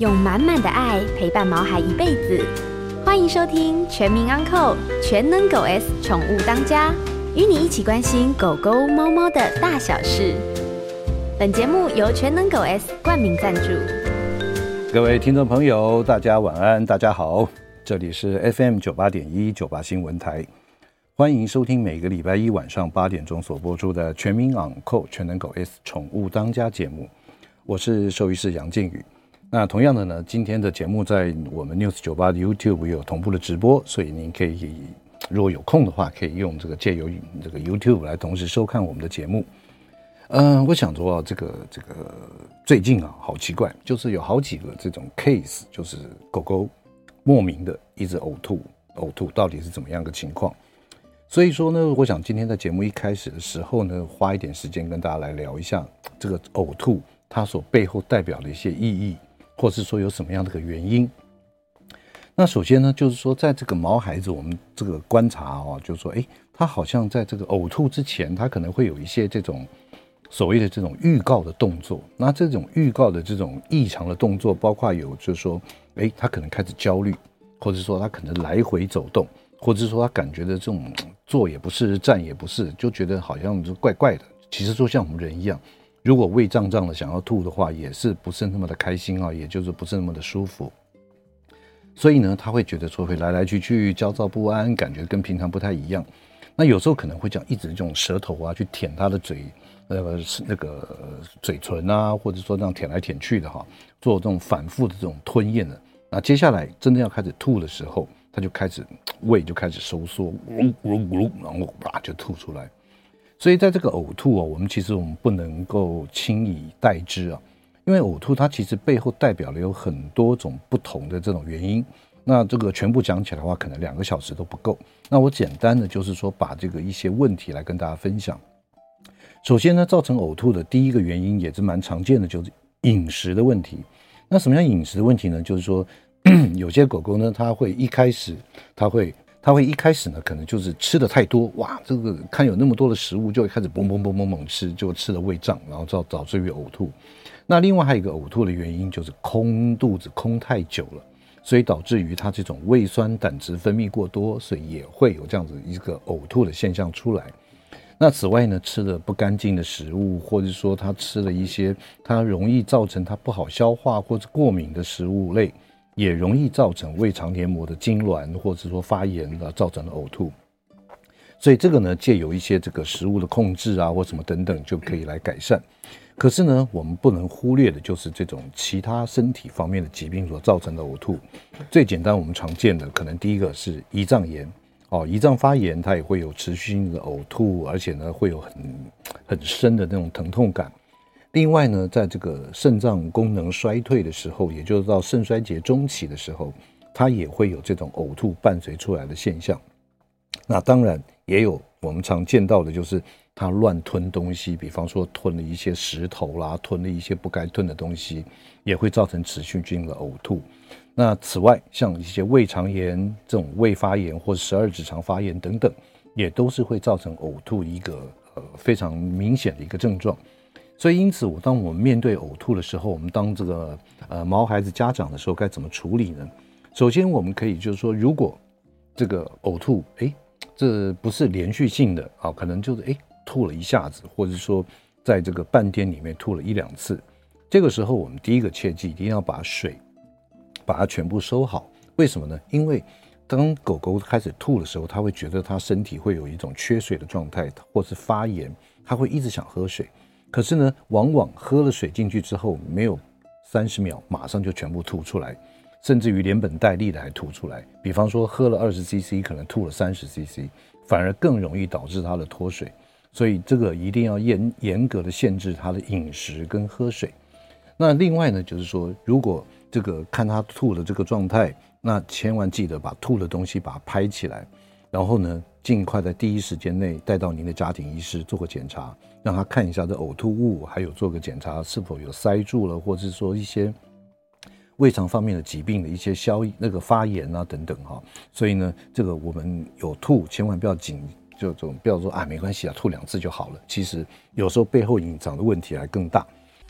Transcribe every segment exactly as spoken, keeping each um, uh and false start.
用满满的爱陪伴毛孩一辈子。欢迎收听全民安扣全能狗 S 宠物当家，与你一起关心狗狗猫猫的大小事。本节目由全能狗 S 冠名赞助。 各位听众朋友，大家晚安，大家好，这里是 F M 九八点一九八新闻台，欢迎收听每个礼拜一晚上八点钟所播出的全民昂扣全能狗 S 宠物当家节目，我是兽医师杨靖宇。那同样的呢，今天的节目在我们 News 九八的 YouTube 也有同步的直播，所以您可以如果有空的话，可以用这个借由这个 YouTube 来同时收看我们的节目。嗯、呃，我想说啊，这个这个最近啊，好奇怪，就是有好几个这种 case， 就是狗狗莫名的一直呕吐，呕吐到底是怎么样的情况？所以说呢，我想今天在节目一开始的时候呢，花一点时间跟大家来聊一下这个呕吐它所背后代表的一些意义，或是说有什么样的一个原因。那首先呢，就是说在这个毛孩子，我们这个观察啊，就是说，哎，他好像在这个呕吐之前，他可能会有一些这种所谓的这种预告的动作。那这种预告的这种异常的动作，包括有就是说，哎，他可能开始焦虑，或者说他可能来回走动，或者说他感觉的这种坐也不是，站也不是，就觉得好像就怪怪的。其实就像我们人一样，如果胃胀胀的想要吐的话，也是不是那么的开心啊，也就是不是那么的舒服。所以呢，他会觉得说会来来去去，焦躁不安，感觉跟平常不太一样。那有时候可能会这样一直用舌头啊去舔他的嘴，呃，那个嘴唇啊，或者说这样舔来舔去的哈，做这种反复的这种吞咽的。那接下来真的要开始吐的时候，他就开始胃就开始收缩，咕噜咕噜，然后啪就吐出来。所以在这个呕吐哦，我们其实我们不能够轻以待之啊。因为呕吐它其实背后代表了有很多种不同的这种原因，那这个全部讲起来的话可能两个小时都不够。那我简单的就是说把这个一些问题来跟大家分享。首先呢，造成呕吐的第一个原因也是蛮常见的，就是饮食的问题。那什么样饮食的问题呢？就是说有些狗狗呢，它会一开始它会它会一开始呢可能就是吃的太多，哇，这个看有那么多的食物就会开始嘣嘣嘣嘣猛吃，就吃了胃胀，然后导导致于呕吐。那另外还有一个呕吐的原因就是空肚子空太久了，所以导致于它这种胃酸胆汁分泌过多，所以也会有这样子一个呕吐的现象出来。那此外呢，吃了不干净的食物，或者说他吃了一些它容易造成它不好消化或者过敏的食物类，也容易造成胃肠黏膜的痉挛或者说发炎啊，造成的呕吐。所以这个呢，借由一些这个食物的控制啊或什么等等就可以来改善。可是呢，我们不能忽略的就是这种其他身体方面的疾病所造成的呕吐。最简单我们常见的可能第一个是胰脏炎哦，胰脏发炎它也会有持续性的呕吐，而且呢会有很很深的那种疼痛感。另外呢，在这个肾脏功能衰退的时候，也就是到肾衰竭中期的时候，它也会有这种呕吐伴随出来的现象。那当然也有我们常见到的就是他乱吞东西，比方说吞了一些石头啦，吞了一些不该吞的东西，也会造成持续性的呕吐。那此外，像一些胃肠炎、这种胃发炎或十二指肠发炎等等，也都是会造成呕吐一个呃非常明显的一个症状。所以因此，我当我们面对呕吐的时候，我们当这个呃毛孩子家长的时候，该怎么处理呢？首先，我们可以就是说，如果这个呕吐，哎，这不是连续性的啊，可能就是哎。吐了一下子，或者说在这个半天里面吐了一两次，这个时候我们第一个切记一定要把水把它全部收好。为什么呢？因为当狗狗开始吐的时候，它会觉得它身体会有一种缺水的状态，或是发炎，它会一直想喝水。可是呢，往往喝了水进去之后，没有三十秒马上就全部吐出来，甚至于连本带利的还吐出来。比方说喝了二十 C C， 可能吐了三十 C C， 反而更容易导致它的脱水。所以这个一定要严严格的限制他的饮食跟喝水。那另外呢，就是说，如果这个看他吐的这个状态，那千万记得把吐的东西把它拍起来，然后呢，尽快在第一时间内带到您的家庭医师做个检查，让他看一下这呕吐物，还有做个检查是否有塞住了，或者是说一些胃肠方面的疾病的一些消那个发炎啊等等哈。所以呢，这个我们有吐，千万不要紧。就这种不要说啊没关系啊，吐两次就好了。其实有时候背后隐藏的问题还更大。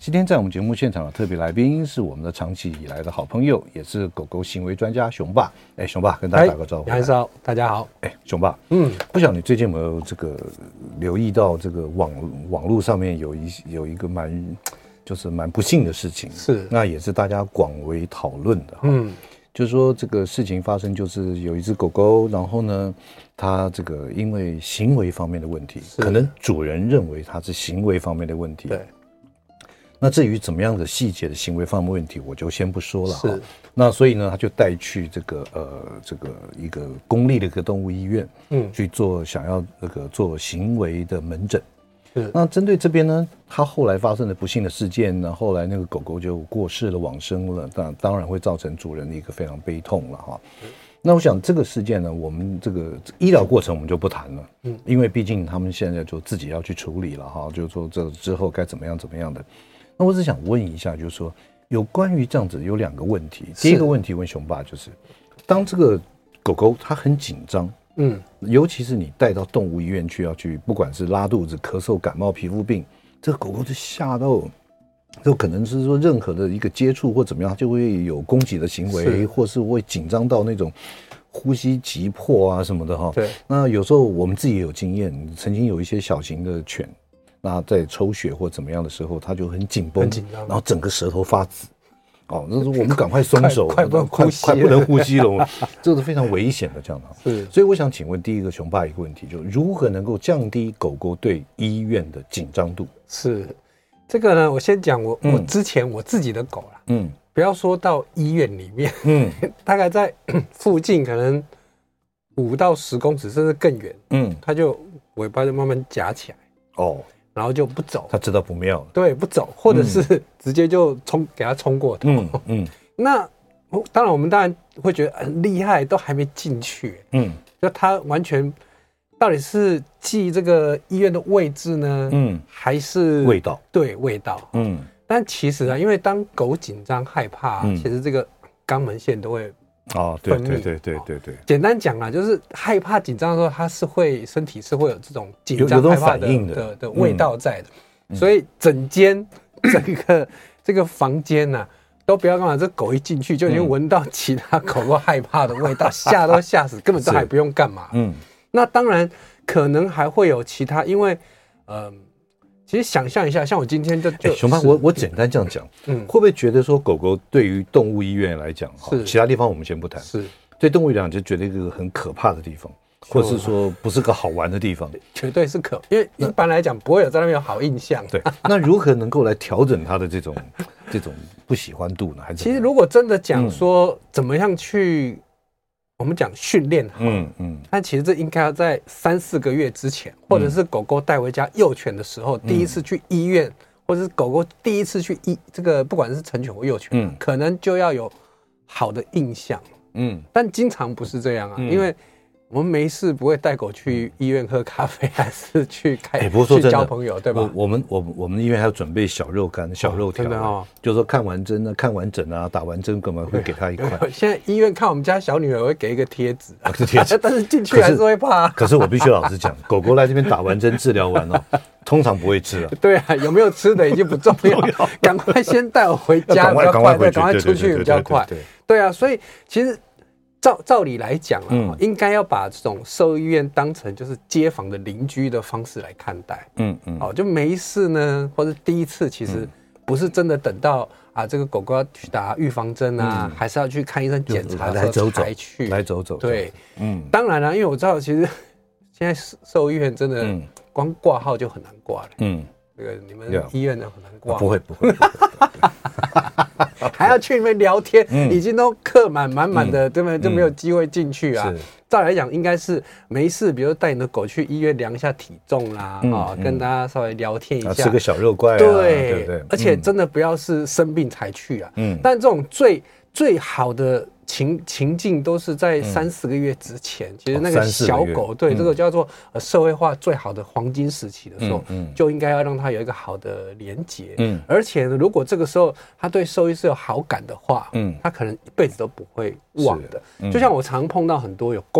今天在我们节目现场的特别来宾是我们的长期以来的好朋友，也是狗狗行为专家熊爸。哎，熊爸跟大家打个招呼。 杨医生好，大家好。 哎，熊爸，嗯，不晓得你最近有没有这个留意到这个网网络上面有一有一个蛮就是蛮不幸的事情， 是， 那也是大家广为讨论的。嗯，就是说这个事情发生，就是有一只狗狗，然后呢，它这个因为行为方面的问题，可能主人认为它是行为方面的问题， 对。 那至于怎么样的细节的行为方面问题，我就先不说了哈。那所以呢，他就带去这个呃这个一个公立的一个动物医院，嗯，去做想要那个做行为的门诊。是。那针对这边呢，他后来发生的不幸的事件呢，后来那个狗狗就过世了，往生了，当当然会造成主人的一个非常悲痛了哈。那我想这个事件呢，我们这个医疗过程我们就不谈了，嗯，因为毕竟他们现在就自己要去处理了哈，就是说这之后该怎么样怎么样的。那我只想问一下，就是说有关于这样子有两个问题。第一个问题问熊爸，就是当这个狗狗它很紧张，嗯，尤其是你带到动物医院去要去，不管是拉肚子、咳嗽、感冒、皮肤病，这个狗狗就吓到，就可能是说任何的一个接触或怎么样，就会有攻击的行为，或是会紧张到那种呼吸急迫啊什么的哈。对。那有时候我们自己也有经验，曾经有一些小型的犬。那在抽血或怎么样的时候，它就很紧绷，然后整个舌头发紫，哦，那时候我们赶快松手， 快不能呼吸， 快不能呼吸了，这是非常危险的，这样的。是，所以我想请问第一个熊爸一个问题，就如何能够降低狗狗对医院的紧张度？ 是，这个呢，我先讲我、嗯、我之前我自己的狗啦，嗯，不要说到医院里面，嗯，大概在附近可能五到十公尺甚至更远，嗯，它就尾巴就慢慢夹起来，哦。然后就不走， 他知道不妙了， 对，不走，或者是直接就冲给他冲过头。嗯嗯，那当然我们当然会觉得很厉害，都还没进去，嗯，就他完全到底是记这个医院的位置呢，嗯，还是味道？ 对，味道，嗯。但其实啊，因为当狗紧张害怕，嗯、其实这个肛门腺都会。 哦，对对对对对对， 简单讲啦，就是害怕紧张的时候，它是会身体是会有这种紧张害怕的的 的, 的味道在的，嗯、所以整间整个这个房间呐、啊，都不要干嘛，这狗一进去就已经闻到其他狗狗害怕的味道，吓都吓死，根本都还不用干嘛。嗯，那当然可能还会有其他，因为呃。其实想象一下，像我今天就就、欸、 熊爸，我我简单这样讲，嗯，会不会觉得说狗狗对于动物医院来讲，哈，其他地方我们先不谈，是对动物医院就觉得一个很可怕的地方，或者是说不是个好玩的地方， 绝对是可，因为一般来讲不会有在那边有好印象。 对，那如何能够来调整它的这种这种不喜欢度呢？还是其实如果真的讲说怎么样去。我们讲训练好，嗯嗯，但其实这应该要在三四个月之前，或者是狗狗带回家幼犬的时候，嗯、第一次去医院，或者是狗狗第一次去医这个，不管是成犬或幼犬，嗯，可能就要有好的印象，嗯，但经常不是这样啊，嗯、因为我们没事不会带狗去医院喝咖啡，还是去开、欸、不过说真的去交朋友，对吧？ 我们我我们医院还要准备小肉干、小肉条，哦，就是说看完针啊、看完诊啊、打完针，根本会给他一块。 现在医院看我们家小女儿会给一个贴纸，啊，是贴纸，但是进去还是会怕。 可是我必须老实讲，狗狗来这边打完针、治疗完了，通常不会吃啊。 对啊，有没有吃的已经不重要，赶快先带我回家比较快，对，赶快出去比较快。对啊，所以其实。照照理来讲啊，嗯、应该要把这种兽医院当成就是街坊的邻居的方式来看待。嗯嗯，哦，就没事呢，或者第一次其实不是真的等到啊这个狗狗要去打预防针啊，嗯、还是要去看医生检查的时候才去来走走。 对，嗯，当然了，因为我知道其实现在兽医院真的光挂号就很难挂了。嗯。这个你们医院的很难挂， 不会不会， 还要去里面聊天，嗯、已经都客满满满的，对不对？就没有机会进去啊。照来讲，应该是没事，比如带你的狗去医院量一下体重啦，啊、嗯哦，跟大家稍微聊天一下，啊、 吃个小肉怪、啊， 对对不对？ 而且真的不要是生病才去啊。嗯，但这种最最好的情情境都是在三四个月之前，嗯、其实那个小狗，对、嗯、这个叫做呃社会化最好的黄金时期的时候，嗯嗯、就应该要让它有一个好的连结。嗯，而且呢，如果这个时候它对兽医是有好感的话，嗯，它可能一辈子都不会忘的。嗯、就像我常碰到很多有公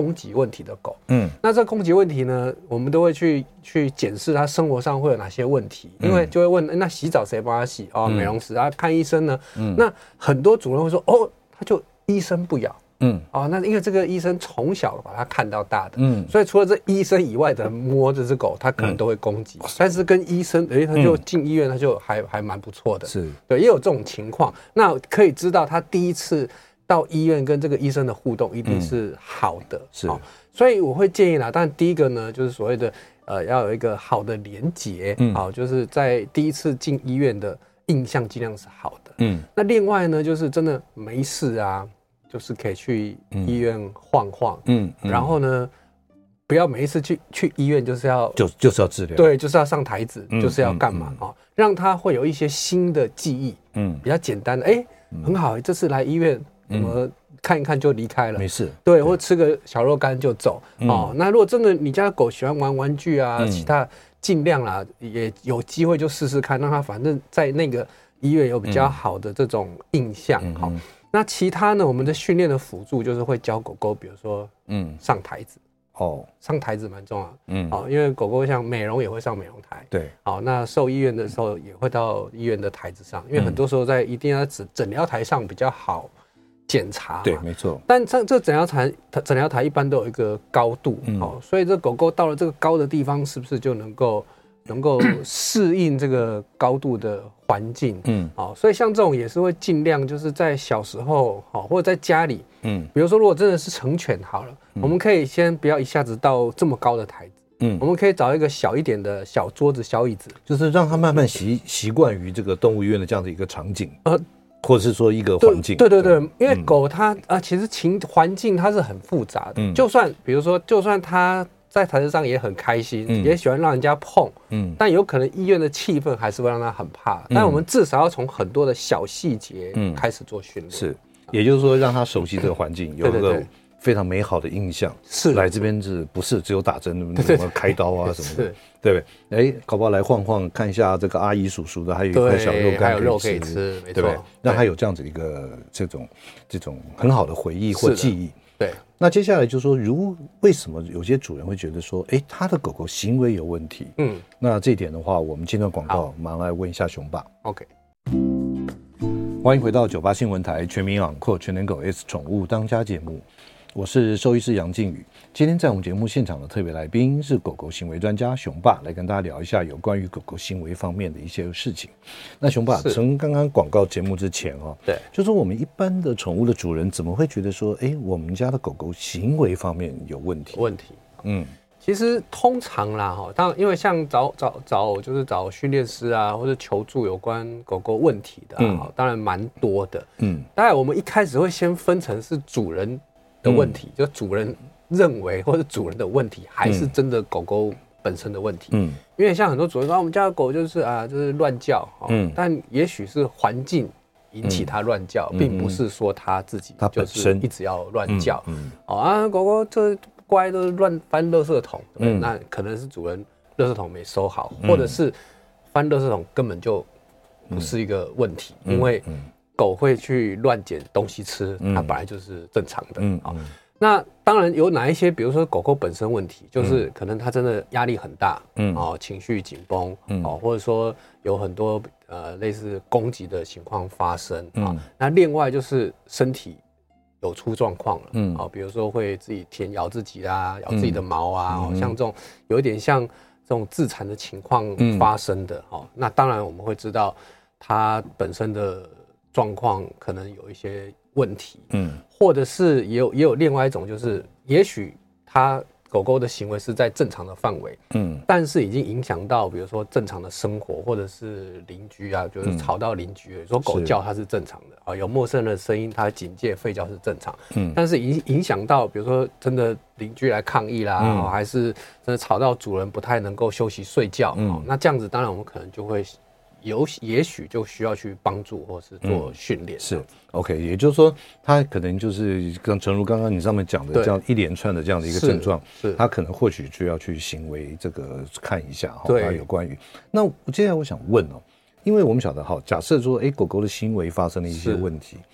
攻击问题的狗。 嗯， 那这攻击问题呢，我们都会去去检视它生活上会有哪些问题，因为就会问，那洗澡谁帮他洗？哦，美容师啊，看医生呢？嗯，那很多主人会说，哦，他就医生不咬。嗯，哦，那因为这个医生从小把它看到大的，嗯，所以除了这医生以外的人摸这只狗，他可能都会攻击。嗯、但是跟医生，哎，他就进医院，他就还还蛮不错的。 是， 对，也有这种情况。那可以知道，他第一次到医院跟这个医生的互动一定是好的。嗯、是、哦，所以我会建议啦。但第一个呢，就是所谓的呃，要有一个好的连结，嗯，好、哦，就是在第一次进医院的印象尽量是好的。嗯，那另外呢，就是真的没事啊。就是可以去医院晃晃，嗯，嗯然后呢，不要每一次去去医院就是要就就是要治疗， 对，就是要上台子，嗯、就是要干嘛啊、嗯哦？让他会有一些新的记忆，嗯，比较简单的，哎、欸，嗯、很好，这次来医院，我们看一看就离开了， 没事， 对，对或吃个小肉干就走，嗯、哦。那如果真的你家的狗喜欢玩玩具啊，嗯、其他尽量啦，也有机会就试试看，让他反正在那个医院有比较好的这种印象，好、嗯。那其他呢？我们的训练的辅助就是会教狗狗，比如说，嗯，上台子，哦，上台子蛮重要，嗯，好、哦，因为狗狗像美容也会上美容台， 对， 好、哦，那兽医院的时候也会到医院的台子上，因为很多时候在一定要诊诊疗台上比较好检查， 对，没错。 但这这诊疗台诊疗台一般都有一个高度，嗯，好、哦，所以这狗狗到了这个高的地方，是不是就能够能够适应这个高度的环境，嗯，好、哦，所以像这种也是会尽量就是在小时候，好、哦，或者在家里，嗯，比如说如果真的是成犬好了，嗯、我们可以先不要一下子到这么高的台子，嗯，我们可以找一个小一点的小桌子、小椅子， 就是让它慢慢习习惯于这个动物医院的这样的一个场景，呃，或者是说一个环境， 对对 对, 对，因为狗它啊、嗯呃，其实情环境它是很复杂的，嗯、就算比如说，就算它在台子上也很开心，嗯、也喜欢让人家碰，嗯，但有可能医院的气氛还是会让他很怕。嗯、但我们至少要从很多的小细节开始做训练，嗯、是， 也就是说让他熟悉这个环境，有一个非常美好的印象。 是， 来这边是不是只有打针，什么开刀啊什么的，对不对？哎，搞不好来晃晃，看一下这个阿姨叔叔的，还有一块小肉干， 还有肉可以吃，没错， 让他有这样子一个这种这种很好的回忆或记忆。 对， 那接下来就是说，如为什么有些主人会觉得说，哎，他的狗狗行为有问题？嗯，那这一点的话，我们进段广告，马上来问一下熊爸。 OK， 欢迎回到九八新闻台全民养狗全能狗 S 宠物当家节目，我是兽医师杨靖宇。今天在我们节目现场的特别来宾是狗狗行为专家熊爸，来跟大家聊一下有关于狗狗行为方面的一些事情。那熊爸，从刚刚广告节目之前哦， 对， 就说我们一般的宠物的主人怎么会觉得说，哎，我们家的狗狗行为方面有问题？ 问题，嗯，其实通常啦，哈，当然因为像找找找就是找训练师啊，或者求助有关狗狗问题的、啊，嗯，当然蛮多的，嗯，当然我们一开始会先分成是主人的问题，嗯、就主人认为或者主人的问题，还是真的狗狗本身的问题。嗯，因为像很多主人说，我们家的狗就是啊，就是乱叫，嗯，但也许是环境引起它乱叫，嗯、并不是说它自己就是一直要乱叫。嗯，嗯哦啊，狗狗这乖都乱翻垃圾桶，嗯，那可能是主人垃圾桶没收好，嗯、或者是翻垃圾桶根本就不是一个问题，嗯、因为狗会去乱捡东西吃，嗯、它本来就是正常的。嗯，好。那当然有哪一些，比如说狗狗本身问题，就是可能它真的压力很大，嗯，哦，情绪紧绷，嗯，哦，或者说有很多呃类似攻击的情况发生，啊、嗯，那另外就是身体有出状况了，嗯，哦，比如说会自己舔咬自己啊，咬自己的毛啊，嗯、哦，像这种有一点像这种自残的情况发生的，嗯、哦，那当然我们会知道它本身的状况可能有一些问题，嗯，或者是也有也有另外一种，就是也许它狗狗的行为是在正常的范围，嗯，但是已经影响到比如说正常的生活，或者是邻居啊，就是吵到邻居了，嗯、说狗叫它是正常的啊，有陌生人的声音它警戒吠叫是正常，嗯，但是影影响到比如说真的邻居来抗议啦，嗯、还是真的吵到主人不太能够休息睡觉，嗯，那这样子当然我们可能就会。有也许就需要去帮助或是做训练、嗯，是 OK， 也就是说，他可能就是跟诚如刚刚你上面讲的这样一连串的这样的一个症状，他可能或许就要去行为这个看一下哈，对，有关于。那接下来我想问哦，因为我们晓得哈，假设说，哎，狗狗的行为发生了一些问题，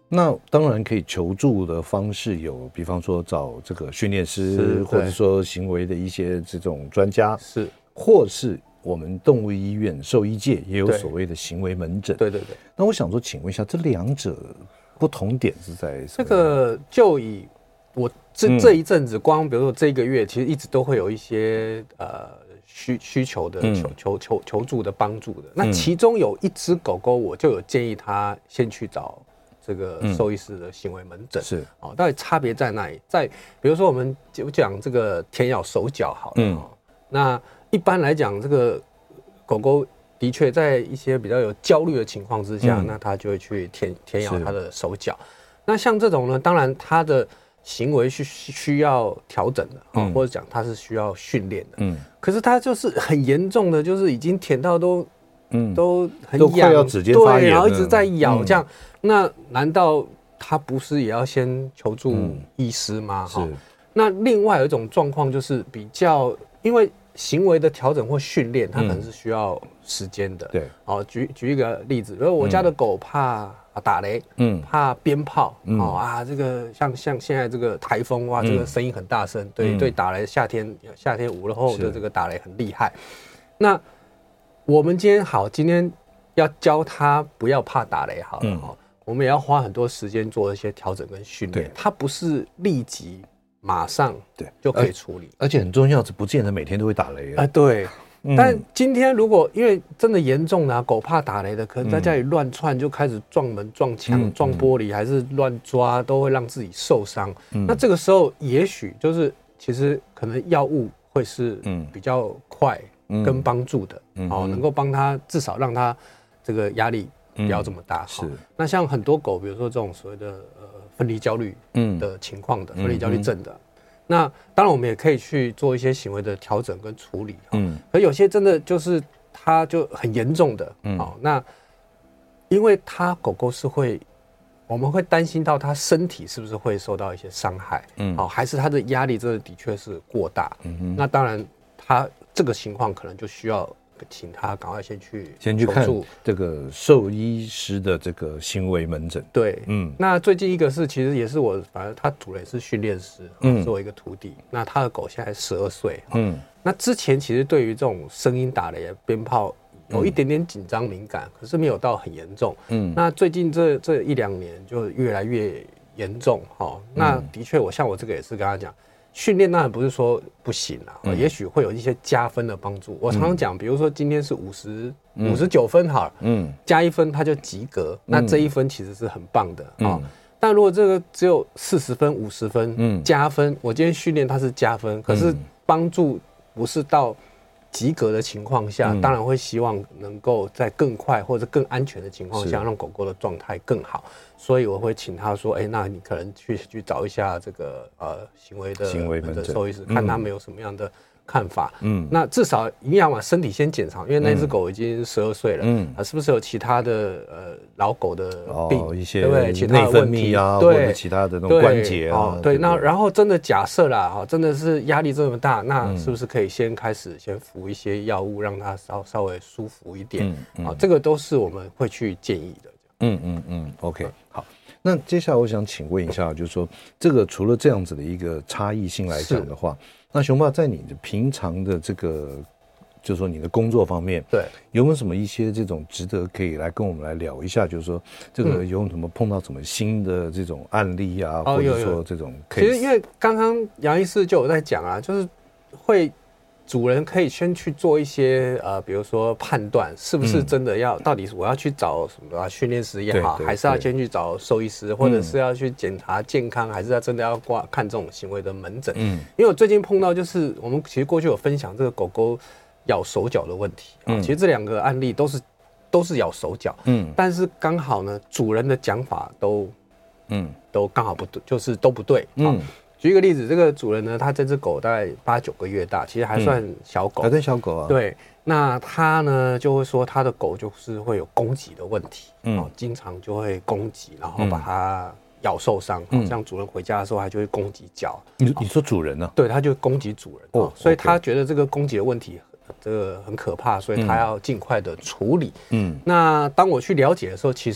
那当然可以求助的方式有，比方说找这个训练师，或者说行为的一些这种专家， 是， 或是我们动物医院兽医界也有所谓的行为门诊。 对对对。 那我想说，请问一下，这两者不同点是在这个？就以我这这一阵子，光比如说这个月，其实一直都会有一些呃需需求的求求求求助的帮助的。那其中有一只狗狗，我就有建议他先去找这个兽医师的行为门诊。是哦，到底差别在哪里？在比如说我们就讲这个舔咬手脚好了。嗯。那一般来讲，这个狗狗的确在一些比较有焦虑的情况之下，嗯、那它就会去舔舔咬它的手脚。那像这种呢，当然它的行为是需要调整的，嗯、或者讲它是需要训练的。嗯。可是它就是很严重的，就是已经舔到都，嗯，都很痒，都快要指尖发炎了， 对，然后一直在咬这样。嗯、那难道它不是也要先求助医师吗？嗯、是。那另外有一种状况就是比较，因为行为的调整或训练，它可能是需要时间的。对，好，举举一个例子，比如我家的狗怕打雷，嗯，怕鞭炮，嗯、哦啊，这个像像现在这个台风哇，这个声音很大声，对、嗯、对，打雷夏天夏天午后的这个打雷很厉害。那我们今天好，今天要教它不要怕打雷好了，嗯、我们也要花很多时间做一些调整跟训练，它不是立即马上对就可以处理， 而且很重要是不见得每天都会打雷啊。 呃、对，嗯、但今天如果因为真的严重的、啊、狗怕打雷的，可能在家里乱窜就开始撞门、撞墙、嗯、撞玻璃，还是乱抓，都会让自己受伤。嗯、那这个时候也许就是其实可能药物会是比较快跟帮助的，嗯、哦，能够帮他至少让他这个压力不要这么大。嗯、是。那像很多狗，比如说这种所谓的呃。分离焦虑的情况的、嗯、分离焦虑症的，嗯、那当然我们也可以去做一些行为的调整跟处理。嗯，可有些真的就是它就很严重的，嗯、哦，那因为它狗狗是会，我们会担心到它身体是不是会受到一些伤害，嗯，哦，还是它的压力真的的确是过大，嗯哼，那当然它这个情况可能就需要请他赶快先去先去看这个兽医师的这个行为门诊。 对，嗯，那最近一个是其实也是我，反正他主人也是训练师，嗯，是我一个徒弟。那他的狗现在十二岁，嗯，那之前其实对于这种声音打雷、鞭炮有一点点紧张敏感，嗯、可是没有到很严重，嗯，那最近这这一两年就越来越严重，哈，那的确我像我这个也是跟他讲。训练当然不是说不行啦，嗯、也许会有一些加分的帮助。我常常讲，比如说今天是五十五十九分好了，嗯，加一分它就及格，嗯、那这一分其实是很棒的啊。嗯哦、但如果这个只有四十分、五十分，嗯，加分，我今天训练它是加分，可是帮助不是到及格的情况下，嗯、当然会希望能够在更快或者更安全的情况下，让狗狗的状态更好。所以我会请他说，哎、欸，那你可能去去找一下这个呃行为的行为门诊兽医师，看他们有什么样的看法。嗯，那至少营养嘛，身体先检查，因为那只狗已经十二岁了，嗯，啊，是不是有其他的呃老狗的病， 哦、一些对不对？其他内分泌啊，对，或者其他的那种关节啊， 哦、对。那然后真的假设啦，哈，真的是压力这么大，那是不是可以先开始先服一些药物，让它稍稍微舒服一点？嗯嗯，啊，这个都是我们会去建议的。 嗯嗯嗯 ，OK， 好。那接下来我想请问一下，就是说，这个除了这样子的一个差异性来讲的话，那熊爸在你的平常的这个，就是说你的工作方面，对，有没有什么一些这种值得可以来跟我们来聊一下？就是说，这个有什么碰到什么新的这种案例啊，嗯、或者说这种 case？ 其实因为刚刚杨医师就有在讲啊，就是会。主人可以先去做一些呃，比如说判断是不是真的要，嗯、到底我要去找什么训练师也好，还是要先去找兽医师，或者是要去检查健康，嗯、还是要真的要挂看这种行为的门诊？嗯，因为我最近碰到就是我们其实过去有分享这个狗狗咬手脚的问题啊，嗯、其实这两个案例都是都是咬手脚，嗯，但是刚好呢，主人的讲法都嗯都刚好不对，就是都不对，嗯。举一个例子，这个主人呢，他这只狗大概八九个月大，其实还算小狗， 还算小狗啊。 对，那他呢就会说他的狗就是会有攻击的问题，嗯、哦，经常就会攻击，然后把它咬受伤。嗯、哦，像主人回家的时候，他就会攻击脚。 你你说主人呢、啊？ 对，他就攻击主人。哦，所以他觉得这个攻击的问题这个很可怕，所以他要尽快的处理。嗯，那当我去了解的时候，其实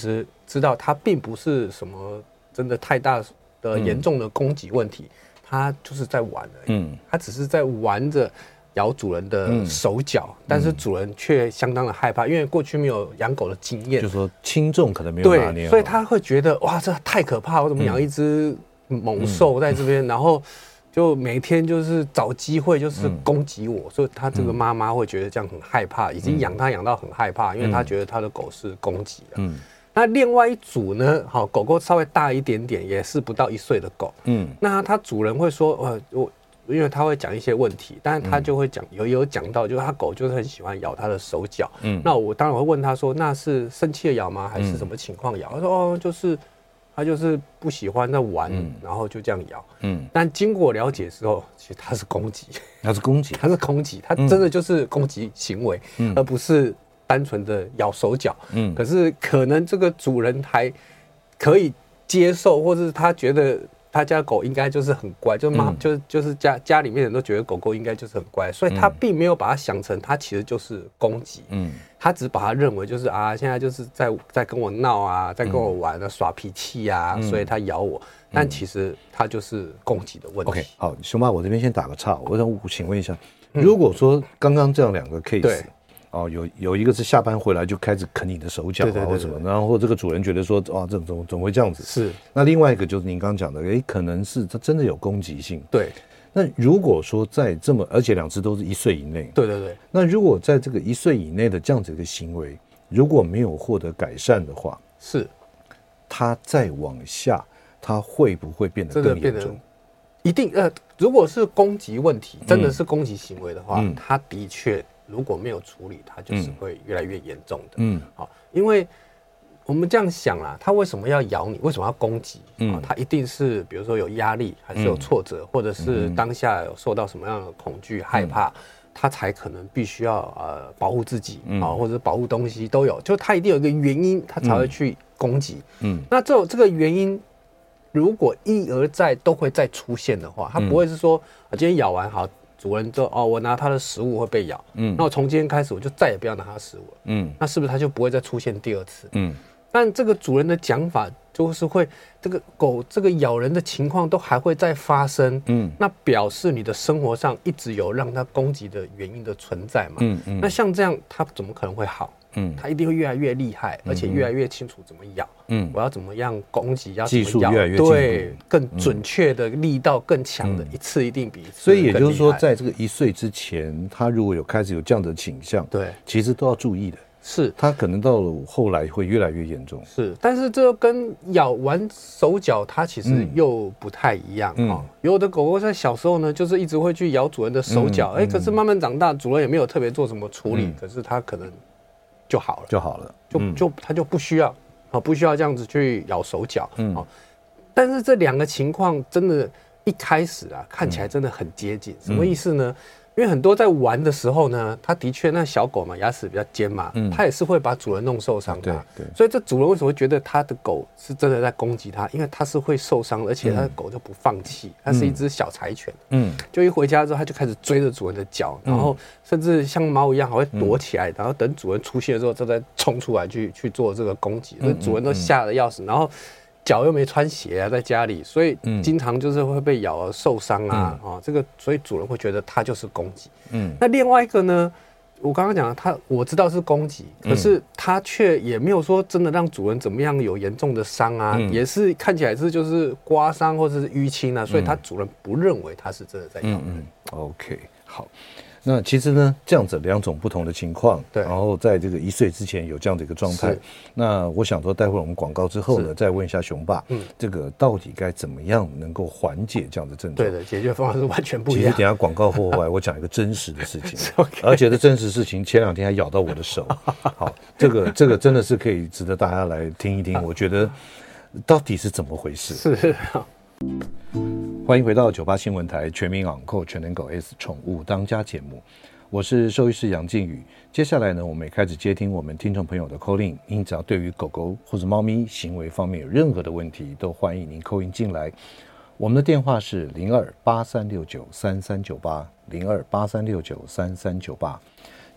知道它并不是什么真的太大的严重的攻击问题，它就是在玩而已，嗯，它只是在玩着咬主人的手脚，嗯、但是主人却相当的害怕，因为过去没有养狗的经验， 就是说轻重可能没有拿捏， 对，所以他会觉得哇，这太可怕，我怎么养一只猛兽在这边，嗯、然后就每天就是找机会就是攻击我，嗯、所以他这个妈妈会觉得这样很害怕，已经养他养到很害怕，因为他觉得他的狗是攻击了。嗯，那另外一组呢，好，狗狗稍微大一点点，也是不到一岁的狗，嗯，那它主人会说，呃，我。因为他会讲一些问题，但是他就会讲有有讲到，就是他狗就是很喜欢咬他的手脚。嗯，那我当然会问他说，那是生气的咬吗？还是什么情况咬？他说哦，就是他就是不喜欢在玩，嗯、然后就这样咬。嗯，但经过了解之后，其实他是攻击， 他是攻击， 他是攻击，他真的就是攻击行为，嗯、而不是单纯的咬手脚。嗯，可是可能这个主人还可以接受，或是他觉得。他家狗应该就是很乖，就妈、嗯、就就是家家里面人都觉得狗狗应该就是很乖，所以他并没有把它想成它其实就是攻击，嗯，他只把它认为就是啊，现在就是在在跟我闹啊，在跟我玩啊，嗯、耍脾气啊，嗯、所以他咬我，但其实他就是攻击的问题。 OK， 好，熊爸，我这边先打个岔，我想请问一下，嗯、如果说刚刚这样两个 case。对哦，有有一个是下班回来就开始啃你的手脚啊，或什么，然后这个主人觉得说，哇，这怎么怎么会这样子？ 是。那另外一个就是您刚刚讲的，哎，可能是它真的有攻击性。 对。 那如果说在这么，而且两只都是一岁以内， 对对对。 那如果在这个一岁以内的这样子一个行为，如果没有获得改善的话， 是。 它再往下，它会不会变得更严重？ 一定呃，如果是攻击问题，真的是攻击行为的话，嗯、它的确。如果没有处理，它就是会越来越严重的。嗯，好，因为我们这样想啦，它为什么要咬你？为什么要攻击？嗯，它一定是比如说有压力，还是有挫折，嗯、或者是当下有受到什么样的恐惧、嗯、害怕，它才可能必须要呃保护自己啊，嗯、或者保护东西都有。就它一定有一个原因，它才会去攻击。嗯，那这这个原因。如果一而再都会再出现的话，它不会是说啊，今天咬完好。主人就哦，我拿他的食物会被咬，嗯，那我从今天开始我就再也不要拿他的食物了，嗯，那是不是他就不会再出现第二次？嗯，但这个主人的讲法就是会，这个狗这个咬人的情况都还会再发生，嗯，那表示你的生活上一直有让它攻击的原因的存在嘛，嗯嗯，那像这样它怎么可能会好？嗯，它一定会越来越厉害，而且越来越清楚怎么咬。嗯，我要怎么样攻击，要怎么咬， 技术越来越进步， 对，更准确的力道更强的，嗯、一次一定比一次。 所以也就是说，在这个一岁之前，他如果有开始有这样的倾向， 对， 其实都要注意的。 是， 他可能到了后来会越来越严重。 是，但是这跟咬完手脚，它其实又不太一样啊、嗯哦。有的狗狗在小时候呢，就是一直会去咬主人的手脚，哎、嗯嗯，可是慢慢长大，主人也没有特别做什么处理，嗯、可是它可能。就好了， 就好了， 就、嗯、就他就不需要啊，不需要这样子去咬手脚，嗯、哦，但是这两个情况真的，一开始啊，看起来真的很接近，嗯、什么意思呢？因为很多在玩的时候呢，它的确那小狗嘛，牙齿比较尖嘛，嗯、它也是会把主人弄受伤的。对对。所以这主人为什么会觉得他的狗是真的在攻击他？因为它是会受伤的，而且他的狗就不放弃，它是一只小柴犬。嗯。就一回家之后，它就开始追着主人的脚，然后甚至像猫一样还会躲起来，然后等主人出现的时候，再再冲出来去去做这个攻击。所以主人都吓得要死，然后。脚又没穿鞋啊，在家里，所以经常就是会被咬而受伤啊，嗯、哦，这个所以主人会觉得它就是攻击。嗯，那另外一个呢，我刚刚讲它我知道是攻击，可是它却也没有说真的让主人怎么样有严重的伤啊，嗯、也是看起来是就是刮伤或者是淤青啊，所以它主人不认为它是真的在咬人。嗯嗯 OK， 好。那其实呢，这样子两种不同的情况，对，然后在这个一岁之前有这样的一个状态。那我想说，待会儿我们广告之后呢，再问一下熊爸，嗯，这个到底该怎么样能够缓解这样的症状？ 对的，解决方法是完全不一样。 其实等一下广告后来我讲一个真实的事情，而且这真实事情前两天还咬到我的手。好，这个这个真的是可以值得大家来听一听。我觉得到底是怎么回事？ 是。 欢迎回到九八新闻台全民昂购全能狗 S 宠物当家节目，我是兽医师杨靖宇。接下来呢，我们也开始接听我们听众朋友的 call in， 您只要对于狗狗或者猫咪行为方面有任何的问题，都欢迎您 call in 进来。我们的电话是零二八三六九三三九八零二八三六九三三九八。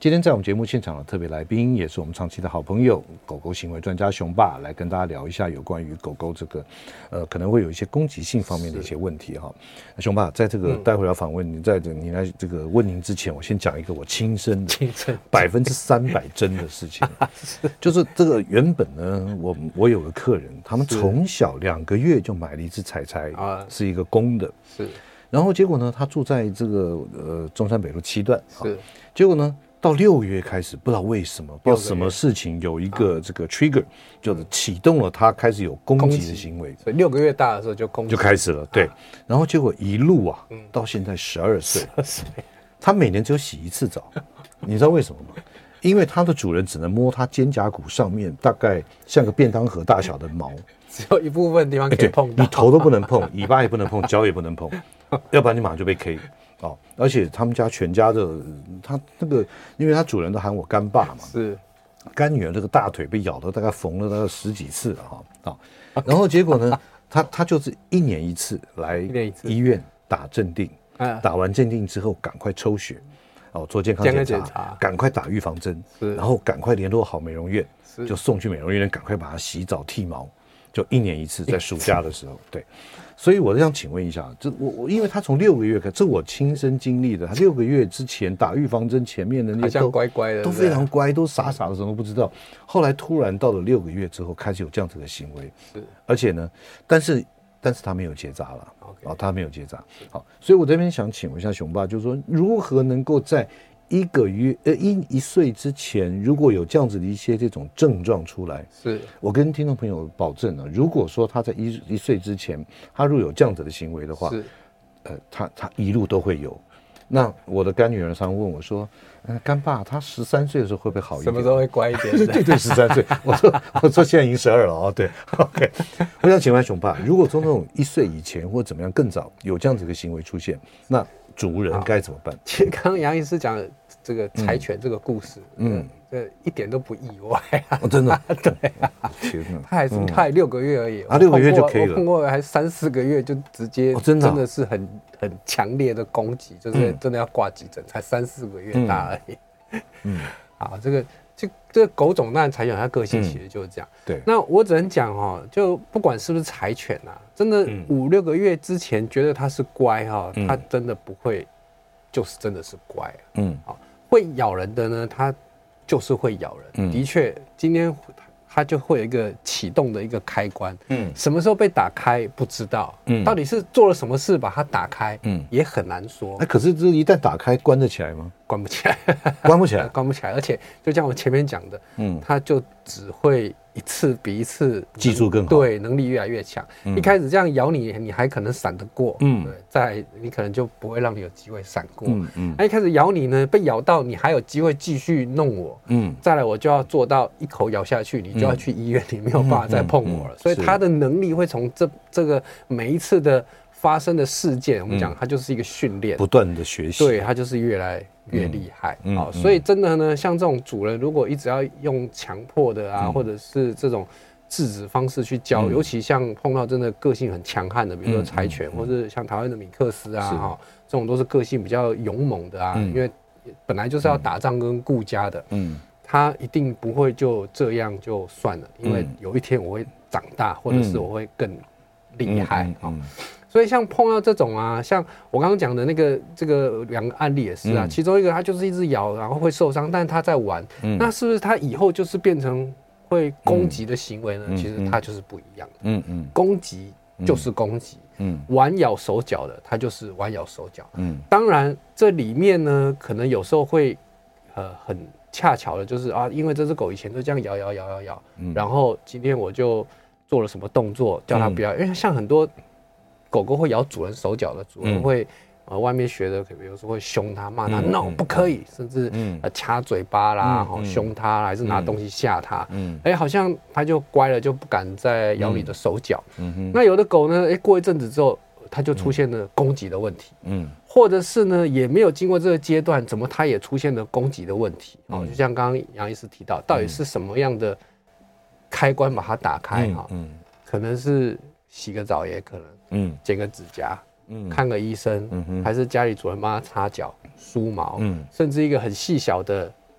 今天在我们节目现场的特别来宾，也是我们长期的好朋友，狗狗行为专家熊爸，来跟大家聊一下有关于狗狗这个，呃，可能会有一些攻击性方面的一些问题哈。熊爸，在这个待会要访问你，在这你来这个问您之前，我先讲一个我亲身的百分之三百真的事情，就是这个原本呢，我我有个客人，他们从小两个月就买了一只彩彩，是一个公的， 是， 然后结果呢，他住在这个呃中山北路七段，是，结果呢。到六个月开始，不知道为什么，不知道什么事情有一个这个 trigger， 就是启动了他开始有攻击的行为。 所以六个月大的时候就攻击就开始了，对。啊、然后结果一路啊，嗯、到现在十二岁，他每年只有洗一次澡，你知道为什么吗？因为它的主人只能摸它肩胛骨上面大概像个便当盒大小的毛， 只有一部分地方可以碰到， 你头都不能碰，尾巴也不能碰，脚也不能碰，要不然你马上就被 K。哦，而且他们家全家的，他那个，因为他主人都喊我干爸嘛， 是， 干女儿这个大腿被咬的大概缝了大概十几次了哈，啊、哦，然后结果呢，他他就是一年一次来医院打镇定，打完镇定之后赶快抽血，哦，做健康检查，检查赶快打预防针，然后赶快联络好美容院，就送去美容院，赶快把它洗澡剃毛，就一年一次，在暑假的时候，对。所以我想请问一下，这我我因为他从六个月开始，这我亲身经历的，他六个月之前打预防针前面的那些都乖乖的， 都非常乖，都傻傻的，什么都不知道。后来突然到了六个月之后，开始有这样子的行为，是，而且呢，但是但是他没有结扎了，啊、哦，他没有结扎。好，所以我这边想请问一下熊爸，就是说如何能够在一个月呃一一岁之前，如果有这样子的一些这种症状出来， 是我跟听众朋友保证了，如果说他在一一岁之前，他如果有这样子的行为的话，是呃他他一路都会有。那我的干女儿常问我说：“呃、干爸，他十三岁的时候会不会好一点？ 什么时候会乖一点？” 对对，十三岁。我说我说现在已经十二了哦。对 ，OK。我想请问熊爸，如果从那种一岁以前或怎么样更早有这样子的行为出现，那主人该怎么办？ 其实刚刚杨医师讲的这个柴犬这个故事，嗯，这一点都不意外啊！ 哦、真的， 对啊，他还是、嗯、他还六个月而已， 啊，六个月就可以了。 我碰过还三四个月就直接， 哦、真的、啊、 真的是很很强烈的攻击，就是真的要挂急诊，嗯、才三四个月大而已。嗯，好，这个这这个狗种当然柴犬它个性其实就是这样。嗯、对，那我只能讲哈，就不管是不是柴犬啊，真的五六个月之前觉得它是乖哈，嗯、它真的不会，就是真的是乖。嗯，好。会咬人的呢，它就是会咬人。嗯、的确，今天它就会有一个启动的一个开关。嗯，什么时候被打开不知道。嗯，到底是做了什么事把它打开，嗯，也很难说。 哎，可是这一旦打开，关得起来吗？ 关不起来， 关不起来， 关不起来。而且，就像我前面讲的，嗯，它就只会一次比一次技术更好， 对，能力越来越强。嗯、一开始这样咬你，你还可能闪得过，嗯，对，再你可能就不会让你有机会闪过。嗯嗯，那一开始咬你呢，被咬到你还有机会继续弄我，嗯，再来我就要做到一口咬下去，你就要去医院，你没有办法再碰我了。嗯嗯嗯、所以它的能力会从这这个每一次的发生的事件，我们讲它就是一个训练， 不断的学习， 对，它就是越来越厉害。嗯嗯哦、所以真的呢，像这种主人如果一直要用强迫的啊，嗯、或者是这种制止方式去教，嗯、尤其像碰到真的个性很强悍的，比如说柴犬，嗯嗯嗯、或者像台湾的米克斯啊，哈、哦，这种都是个性比较勇猛的啊，嗯、因为本来就是要打仗跟顾家的，嗯，他一定不会就这样就算了，因为有一天我会长大，或者是我会更厉害啊。嗯嗯嗯嗯所以像碰到这种啊，像我刚刚讲的那个这个两个案例也是啊，嗯、其中一个它就是一直咬，然后会受伤，但是它在玩，嗯、那是不是它以后就是变成会攻击的行为呢？嗯、其实它就是不一样的。嗯嗯，攻击就是攻击，嗯，玩咬手脚的它就是玩咬手脚。嗯，当然这里面呢，可能有时候会呃很恰巧的就是啊，因为这只狗以前都这样咬咬咬咬咬，嗯、然后今天我就做了什么动作叫它不要，嗯、因为像很多。狗狗会咬主人手脚的，主人会、嗯、呃外面学的，有时候会凶它、骂它、嗯、，no 不可以，甚至、嗯、呃掐嘴巴啦，嗯、凶它啦，还是拿东西吓它，哎、嗯欸，好像它就乖了，就不敢再咬你的手脚。嗯、那有的狗呢，哎、欸，过一阵子之后，它就出现了攻击的问题，嗯，或者是呢，也没有经过这个阶段，怎么它也出现了攻击的问题？哦、嗯，就像刚刚杨医师提到，到底是什么样的开关把它打开？哈、嗯，嗯、可能是洗个澡，也可能。嗯，剪个指甲，嗯，看个医生，嗯哼，还是家里主人帮他擦脚、梳毛，嗯，甚至一个很细小的，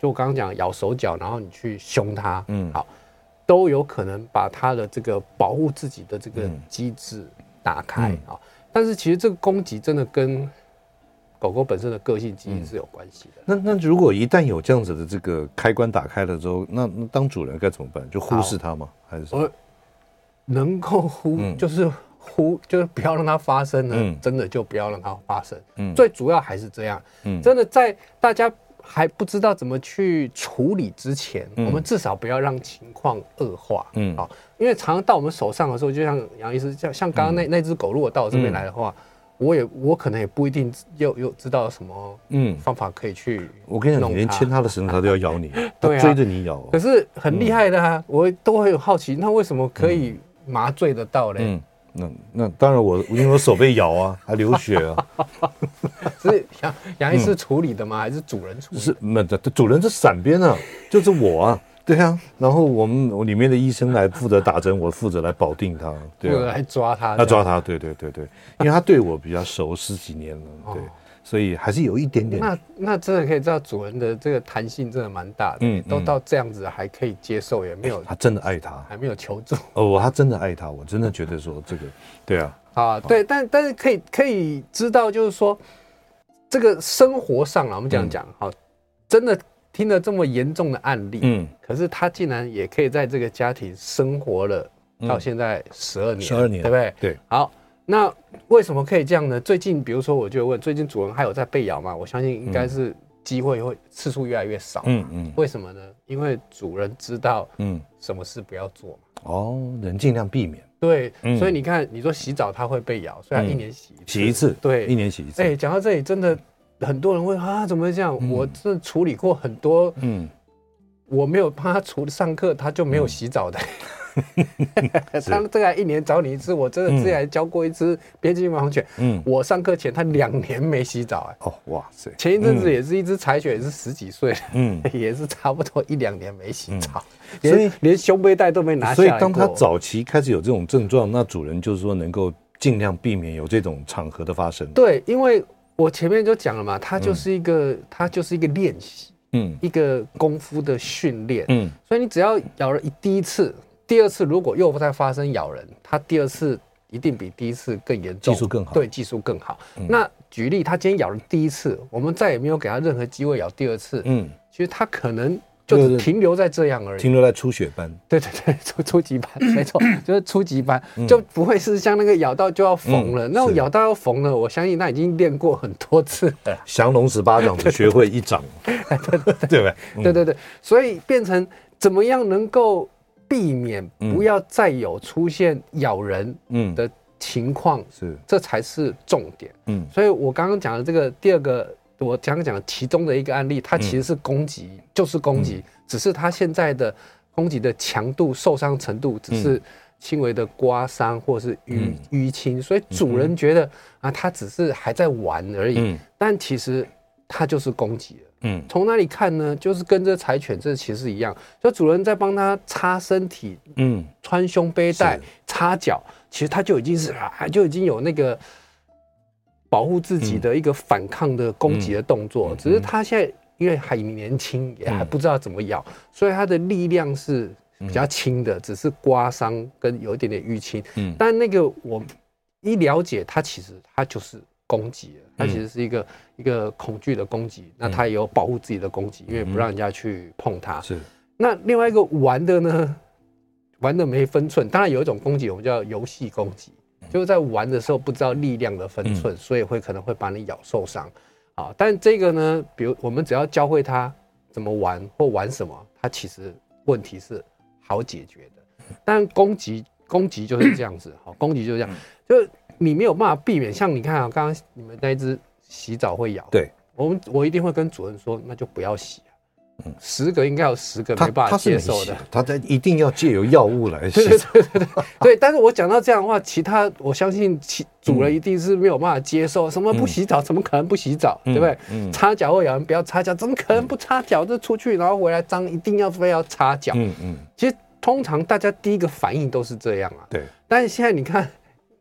就我刚刚讲咬手脚，然后你去凶它，嗯，好，都有可能把它的这个保护自己的这个机制打开啊、嗯。但是其实这个攻击真的跟狗狗本身的个性基因是有关系的。 嗯、那那如果一旦有这样子的这个开关打开了之后，那那当主人该怎么办？就忽视它吗？还是什么？ 能够忽、嗯、就是忽就是不要让它发生呢、嗯？真的就不要让它发生。嗯，最主要还是这样。嗯，真的在大家还不知道怎么去处理之前，嗯、我们至少不要让情况恶化。嗯，好，因为常常到我们手上的时候，就像杨医师，像像刚刚那、嗯、那只狗，如果到我这边来的话。嗯我也我可能也不一定有有知道什么嗯方法可以去弄它。 我跟你讲，你连牵它的绳子它都要咬你，对、啊，追着你咬。 可是很厉害的啊，嗯、我都会有好奇，那为什么可以麻醉得到嘞？嗯， 那那当然我因为我手被咬啊，还流血啊。 是杨杨医师处理的吗？嗯、还是主人处理的？ 是，没主人是闪边啊，就是我啊。对啊，然后我们我里面的医生来负责打针，我负责来保定他，对、啊， 负责来抓他， 要抓他，对对对对，因为他对我比较熟十几年了，对，哦、所以还是有一点点。 那那真的可以知道主人的这个弹性真的蛮大的，嗯，都到这样子还可以接受，也没有、欸、 他真的爱他， 还没有求助哦，他真的爱他，我真的觉得说这个，对啊， 啊对，但但是可以可以知道，就是说这个生活上啊，我们这样讲，好、嗯，真的。听了这么严重的案例，嗯，可是他竟然也可以在这个家庭生活了到现在十二年， 十二年， 对不对？ 对。 好，那为什么可以这样呢？最近，比如说，我就问，最近主人还有在被咬吗？我相信应该是机会会次数越来越少，嗯嗯。为什么呢？因为主人知道，嗯，什么事不要做嘛。 哦，人尽量避免。 对，嗯、所以你看，你说洗澡它会被咬，所以它一年洗一次， 洗一次， 对， 一年洗一次。 哎、欸，讲到这里，真的。很多人问啊，怎么会这样？嗯、我真的处理过很多，嗯，我没有帮他处理上课，他就没有洗澡的。嗯、他这个一年找你一次，我真的之前教过一只边境盲犬，嗯，我上课前他两年没洗澡、欸，哎， 哦，哇塞！ 前一阵子也是一只柴犬，也是十几岁，嗯，也是差不多一两年没洗澡，嗯、所以连胸背带都没拿下来过。 所以当他早期开始有这种症状，那主人就是说能够尽量避免有这种场合的发生。 对，因为。我前面就讲了嘛，它就是一个，嗯、它就是一个练习，嗯，一个功夫的训练，嗯，所以你只要咬了一第一次，第二次如果又不再发生咬人，它第二次一定比第一次更严重， 技术更好， 对，技术更好。嗯、那举例，它今天咬了第一次，我们再也没有给它任何机会咬第二次，嗯，其实它可能。就只停留在这样而已， 停留在初学班。 对对对，初初级班，没错，就是初级班，嗯、就不会是像那个咬到就要缝了。嗯、那种咬到要缝了，我相信他已经练过很多次了。 降龙十八掌只学会一掌，对对对，对吧？ 嗯、对对对，所以变成怎么样能够避免不要再有出现咬人的情况，是、嗯、这才是重点。嗯，所以我刚刚讲的这个第二个。我刚刚讲其中的一个案例，它其实是攻击，嗯、就是攻击，嗯、只是它现在的攻击的强度、受伤程度只是轻微的刮伤或是淤淤青，所以主人觉得啊，他只是还在玩而已，嗯、但其实他就是攻击了。嗯，从哪里看呢？就是跟这柴犬这其实一样，就主人在帮他擦身体，嗯，穿胸背带、擦脚，其实他就已经是啊，就已经有那个。保护自己的一个反抗的攻击的动作，嗯、只是他现在因为还年轻，也还不知道怎么咬，嗯、所以他的力量是比较轻的，嗯、只是刮伤跟有一点点淤青。嗯，但那个我一了解，他其实他就是攻击了，他其实是一个、嗯、一个恐惧的攻击，那他也有保护自己的攻击，因为不让人家去碰他。是。那另外一个玩的呢，玩的没分寸，当然有一种攻击我们叫游戏攻击。就是在玩的时候不知道力量的分寸，嗯、所以会可能会把你咬受伤，啊！但这个呢，比如我们只要教会他怎么玩或玩什么，他其实问题是好解决的。但攻击攻击就是这样子，好，攻击就是这样，就是你没有办法避免。像你看啊，刚刚你们那一只洗澡会咬， 对， 我们我一定会跟主人说，那就不要洗。嗯，十个应该有十个没办法接受的， 他他一定要借由药物来洗。 对对对对对，对。但是我讲到这样的话，其他我相信其主人一定是没有办法接受。嗯、什么不洗澡？怎么可能不洗澡？嗯、对不对？嗯、擦脚会咬人，不要擦脚，怎么可能不擦脚？这出去然后回来脏，一定要非要擦脚。嗯嗯。其实通常大家第一个反应都是这样啊。 对。 但是现在你看，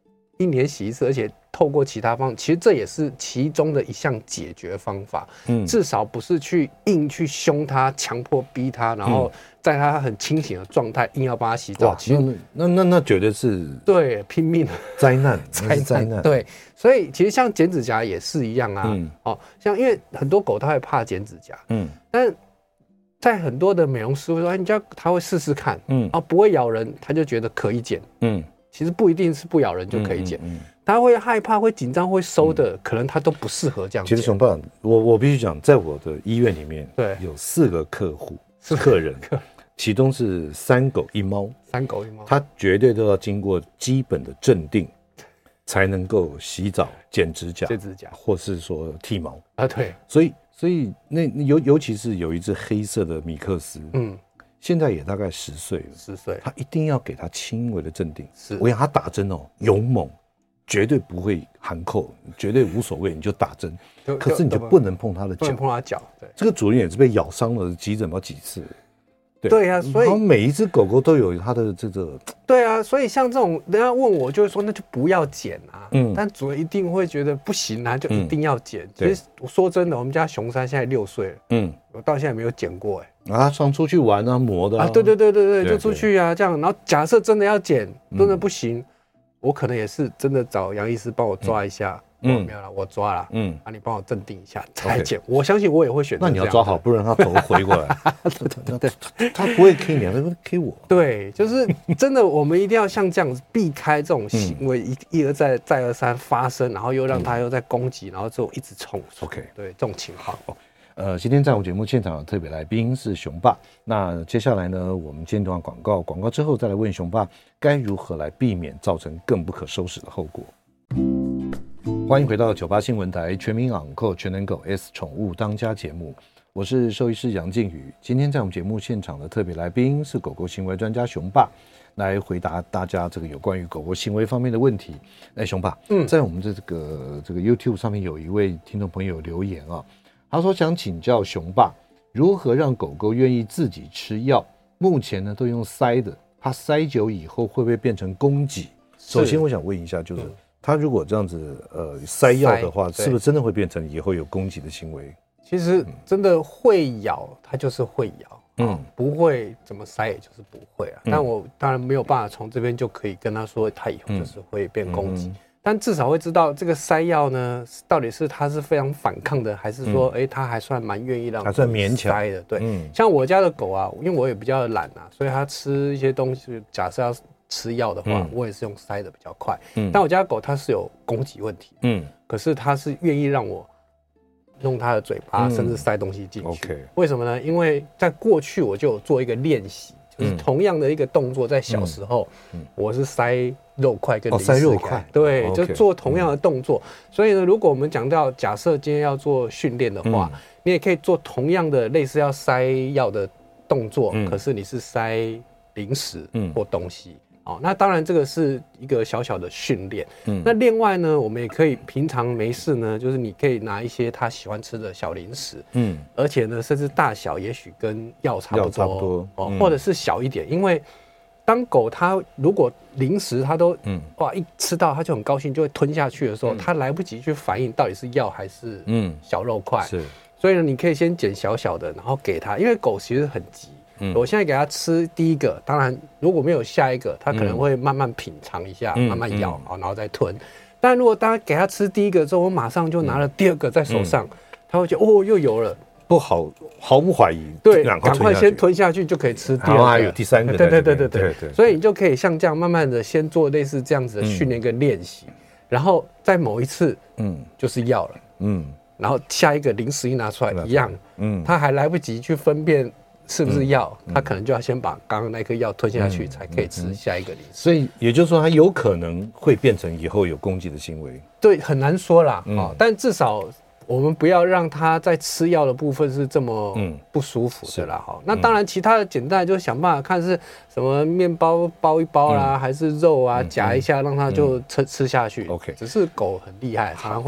一年洗一次，而且透过其他方法，其实这也是其中的一项解决方法。嗯，至少不是去硬去凶他，强迫逼他，然后在他很清醒的状态硬要帮他洗澡。 其实那那那绝对是对拼命灾难， 灾灾难。 对，所以其实像剪指甲也是一样啊。嗯，哦，像因为很多狗它会怕剪指甲，嗯，但在很多的美容师会说，哎，你叫他会试试看，嗯，啊，不会咬人，他就觉得可以剪，嗯。其实不一定是不咬人就可以剪，嗯嗯嗯、他会害怕、会紧张、会收的，嗯、可能他都不适合这样剪。 其实熊爸，我我必须讲，在我的医院里面， 对， 有四个客户、客人，其中是三狗一猫， 三狗一猫， 他绝对都要经过基本的镇定，才能够洗澡、剪指甲、 剪指甲， 或是说剃毛啊。对， 所以所以那尤尤其是有一只黑色的米克斯，嗯。现在也大概十岁了， 十岁， 他一定要给他轻微的镇定。 是， 我想他打针哦，勇猛，绝对不会含扣，绝对无所谓，你就打针。可是你就不能碰他的脚， 不能碰他脚。对， 这个主人也是被咬伤了，急诊要几次。 对对啊，所以每一只狗狗都有它的这个。 对啊，所以像这种人家问我，就会说那就不要剪啊。嗯，但主人一定会觉得不行啊，就一定要剪。嗯、其实我说真的，我们家熊山现在六岁了，嗯，我到现在没有剪过哎、 欸。啊，常出去玩啊，磨的啊， 啊对对对对对，就出去啊这样。然后假设真的要剪，真的不行，嗯、我可能也是真的找杨医师帮我抓一下。嗯嗯，没有了，我抓了。嗯，啊，你帮我镇定一下，再剪。Okay. 我相信我也会选择。 那你要抓好，不然他头回过来。对对对，他不会 K 你，他会 K 我。 对，就是真的，我们一定要像这样子避开这种行为，一一而再、再而三发生，然后又让他又在攻击，然后之后一直冲。 OK， 对这种情况。 呃，今天在我们节目现场的特别来宾是熊爸。那接下来呢，我们间段广告，广告之后再来问熊爸该如何来避免造成更不可收拾的后果。欢迎回到九八新闻台全民昂扣全能狗 S 宠物当家节目，我是兽医师杨靖宇。今天在我们节目现场的特别来宾是狗狗行为专家熊爸，来回答大家这个有关于狗狗行为方面的问题。哎，熊爸，嗯，在我们这个这个 YouTube 上面有一位听众朋友留言啊，他说想请教熊爸如何让狗狗愿意自己吃药，目前呢都用塞的，怕塞久以后会不会变成攻击？首先我想问一下，就是、嗯他如果这样子呃塞药的话，是不是真的会变成以后有攻击的行为？ 其实真的会咬，它就是会咬，嗯，不会怎么塞，也就是不会啊。嗯、但我当然没有办法从这边就可以跟他说，他以后就是会变攻击，嗯、但至少会知道这个塞药呢，到底是他是非常反抗的，还是说，哎、嗯，他还算蛮愿意让， 还算勉强塞的。对，嗯、像我家的狗啊，因为我也比较懒啊，所以它吃一些东西，假设要吃药的话，嗯、我也是用塞的比较快。嗯，但我家的狗它是有攻击问题，嗯，可是它是愿意让我用它的嘴巴，嗯、甚至塞东西进去。Okay. 为什么呢？因为在过去我就有做一个练习，就是同样的一个动作，在小时候，嗯、我是塞肉块跟零食、哦、塞肉块，对， okay. 就做同样的动作。嗯、所以呢，如果我们讲到假设今天要做训练的话，嗯、你也可以做同样的类似要塞药的动作，嗯、可是你是塞零食或东西。嗯哦，那当然这个是一个小小的训练。嗯，那另外呢，我们也可以平常没事呢，就是你可以拿一些他喜欢吃的小零食，嗯，而且呢，甚至大小也许跟药差不多， 差不多哦，嗯、或者是小一点，因为当狗它如果零食它都嗯哇一吃到它就很高兴，就会吞下去的时候，嗯、它来不及去反应到底是药还是嗯小肉块，是，所以呢，你可以先捡小小的，然后给它，因为狗其实很急。嗯、我现在给它吃第一个，当然如果没有下一个，它可能会慢慢品尝一下，嗯、慢慢咬，嗯、然后再吞。但如果当给它吃第一个之后，我马上就拿了第二个在手上，它、嗯、会觉得哦又有了， 不好，毫不怀疑， 对，赶快先吞下去就可以吃第二个， 还有第三个， 对对对对 对, 对, 对，所以你就可以像这样慢慢的先做类似这样子的训练跟练习，嗯、然后在某一次，嗯，就是药了，嗯，然后下一个零食一拿出来一样，嗯，它还来不及去分辨。是不是药？嗯、他可能就要先把刚刚那颗药吞下去，才可以吃下一个零食。 所以也就是说，它有可能会变成以后有攻击的行为。 对，很难说啦。嗯、哦，但至少我们不要让他在吃药的部分是这么不舒服的啦。哈、嗯，那当然，其他的简单就想办法看是什么面包包一包啦，嗯、还是肉啊夹一下，让他就吃、嗯、吃下去。OK， 只是狗很厉害，常常会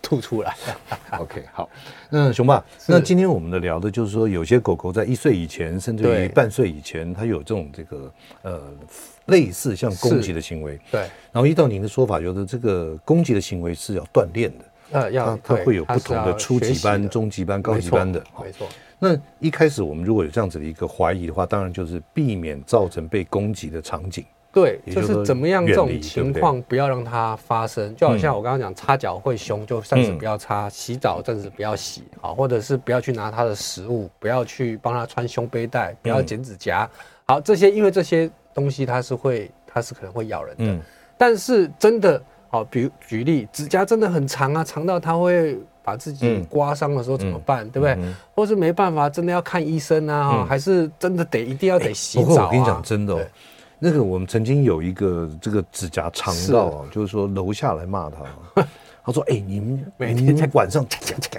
吐出来。 OK， 好，那熊爸，那今天我们的聊的就是说，有些狗狗在一岁以前，甚至于半岁以前，它有这种这个呃类似像攻击的行为。 对。 然后依照您的说法，有的这个攻击的行为是要锻炼的。 呃，要它它会有不同的初级班、中级班、高级班的。 没错。 那一开始我们如果有这样子的一个怀疑的话，当然就是避免造成被攻击的场景。 对，就是怎么样这种情况对对不要让它发生，就好像我刚刚讲擦脚会凶，就暂时不要擦；嗯、洗澡暂时不要洗，好，或者是不要去拿它的食物，不要去帮它穿胸背带，不要剪指甲。嗯、好，这些因为这些东西它是会，它是可能会咬人的，嗯、但是真的好，比如举例，指甲真的很长啊，长到它会把自己刮伤的时候怎么办？嗯、对不对？嗯、或是没办法，真的要看医生啊，嗯、还是真的得一定要得洗澡、啊欸？不过我跟你讲，真的哦。那个我们曾经有一个这个指甲长到啊，就是说楼下来骂他，他说：“哎、欸，你们每天在晚上，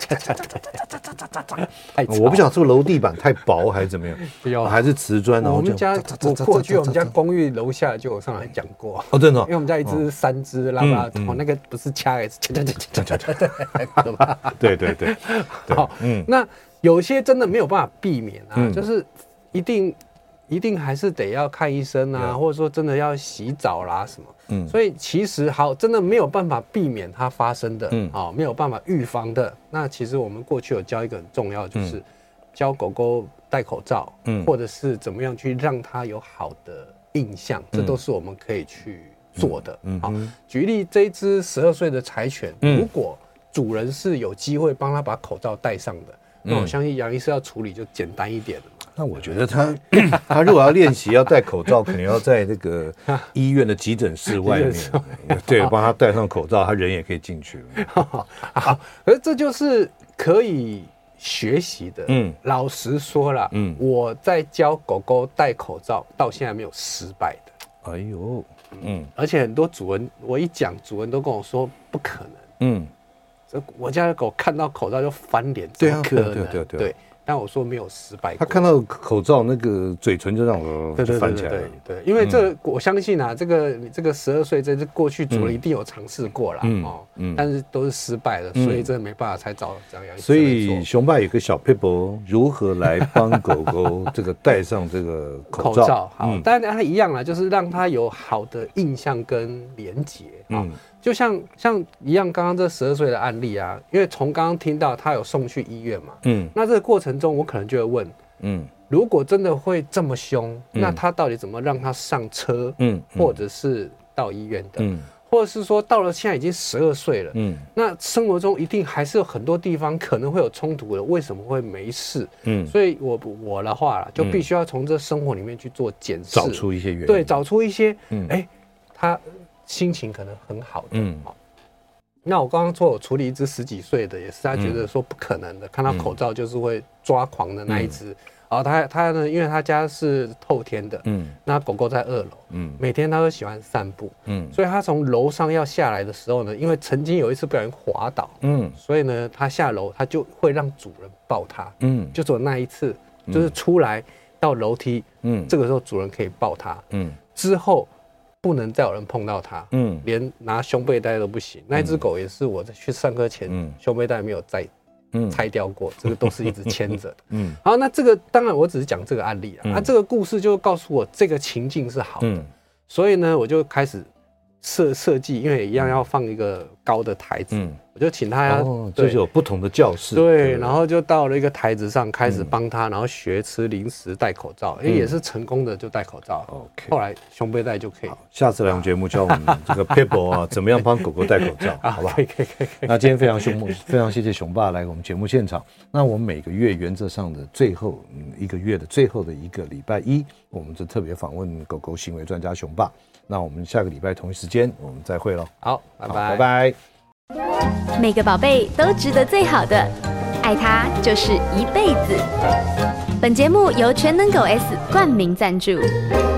我不晓得是不是楼地板太薄还是怎么样，还是瓷砖。” 我们家我过去我们家公寓楼下就有上来讲过哦，真的， 因为我们家一只三只拉布拉多，那个不是掐也是掐掐掐掐掐掐， 对对对， 好，嗯，那有些真的没有办法避免啊，就是一定。一定还是得要看医生啊， yeah. 或者说真的要洗澡啦什么，嗯，所以其实好，真的没有办法避免它发生的，嗯，好，没有办法预防的。那其实我们过去有教一个很重要，就是教狗狗戴口罩，嗯，或者是怎么样去让它有好的印象，嗯、这都是我们可以去做的。嗯，好，举例这一只十二岁的柴犬，嗯、如果主人是有机会帮他把口罩戴上的，那我相信杨医师要处理就简单一点了。 那我觉得他他如果要练习要戴口罩，可能要在那个医院的急诊室外面，对，帮他戴上口罩，他人也可以进去了。 好，可是这就是可以学习的。嗯，老实说啦，嗯，我在教狗狗戴口罩，到现在没有失败的。 哎呦，嗯， 而且很多主人，我一讲，主人都跟我说不可能。嗯，这我家的狗看到口罩就翻脸，怎么可能？ 对对对对。 但我说没有失败过， 他看到口罩那个嘴唇就让我翻起来了。对对对，因为这个、嗯、我相信啊，这个这个十二岁这只过去主人一定有尝试过啦，嗯、哦，嗯、但是都是失败的，嗯、所以真的没办法才找这样。 所以熊爸有个小撇步，如何来帮狗狗这个戴上这个口罩？口罩好，嗯、当然它一样啦，就是让它有好的印象跟连结啊。嗯就像像一样，刚刚这十二岁的案例啊，因为从刚刚听到他有送去医院嘛，嗯，那这个过程中我可能就会问，嗯，如果真的会这么凶，嗯、那他到底怎么让他上车，嗯，或者是到医院的，嗯，或者是说到了现在已经十二岁了，嗯，那生活中一定还是有很多地方可能会有冲突的，为什么会没事？嗯，所以我我的话啦，就必须要从这生活里面去做检视， 找出一些原因， 对，找出一些，嗯，哎、欸，他。心情可能很好的，嗯，好。那我刚刚说我处理一只十几岁的，也是他觉得说不可能的，嗯、看到口罩就是会抓狂的那一只。然后、嗯、他他呢，因为他家是透天的，嗯，那狗狗在二楼，嗯，每天他都喜欢散步，嗯，所以他从楼上要下来的时候呢，因为曾经有一次不小心滑倒，嗯，所以呢，他下楼他就会让主人抱他，嗯，就只有那一次，就是出来到楼梯，嗯，这个时候主人可以抱他，嗯，之后。不能再有人碰到它，嗯，连拿胸背带都不行。那一只狗也是我在去上课前，嗯、胸背带没有再拆掉过，嗯、这个都是一直牵着的。嗯，好，那这个当然我只是讲这个案例啊，嗯、啊，这个故事就告诉我这个情境是好的，嗯、所以呢，我就开始设设计，因为一样要放一个高的台子，嗯、我就请他要， 哦，就是有不同的教室， 对，对然后就到了一个台子上开始帮他，嗯、然后学吃零食、戴口罩，嗯、也是成功的就戴口罩。OK， 后来胸背带就可以。 下次来我们节目教我们这个 people 啊，怎么样帮狗狗戴口罩，好不好？ 可以可以可以。 那今天非常熊非常谢谢熊爸来我们节目现场。那我们每个月原则上的最后，嗯，一个月的最后的一个礼拜一，我们就特别访问狗狗行为专家熊爸。那我们下个礼拜同一时间我们再会咯。 好，拜拜拜拜。 每个宝贝都值得最好的，爱它就是一辈子。本节目由全能狗 S 冠名赞助。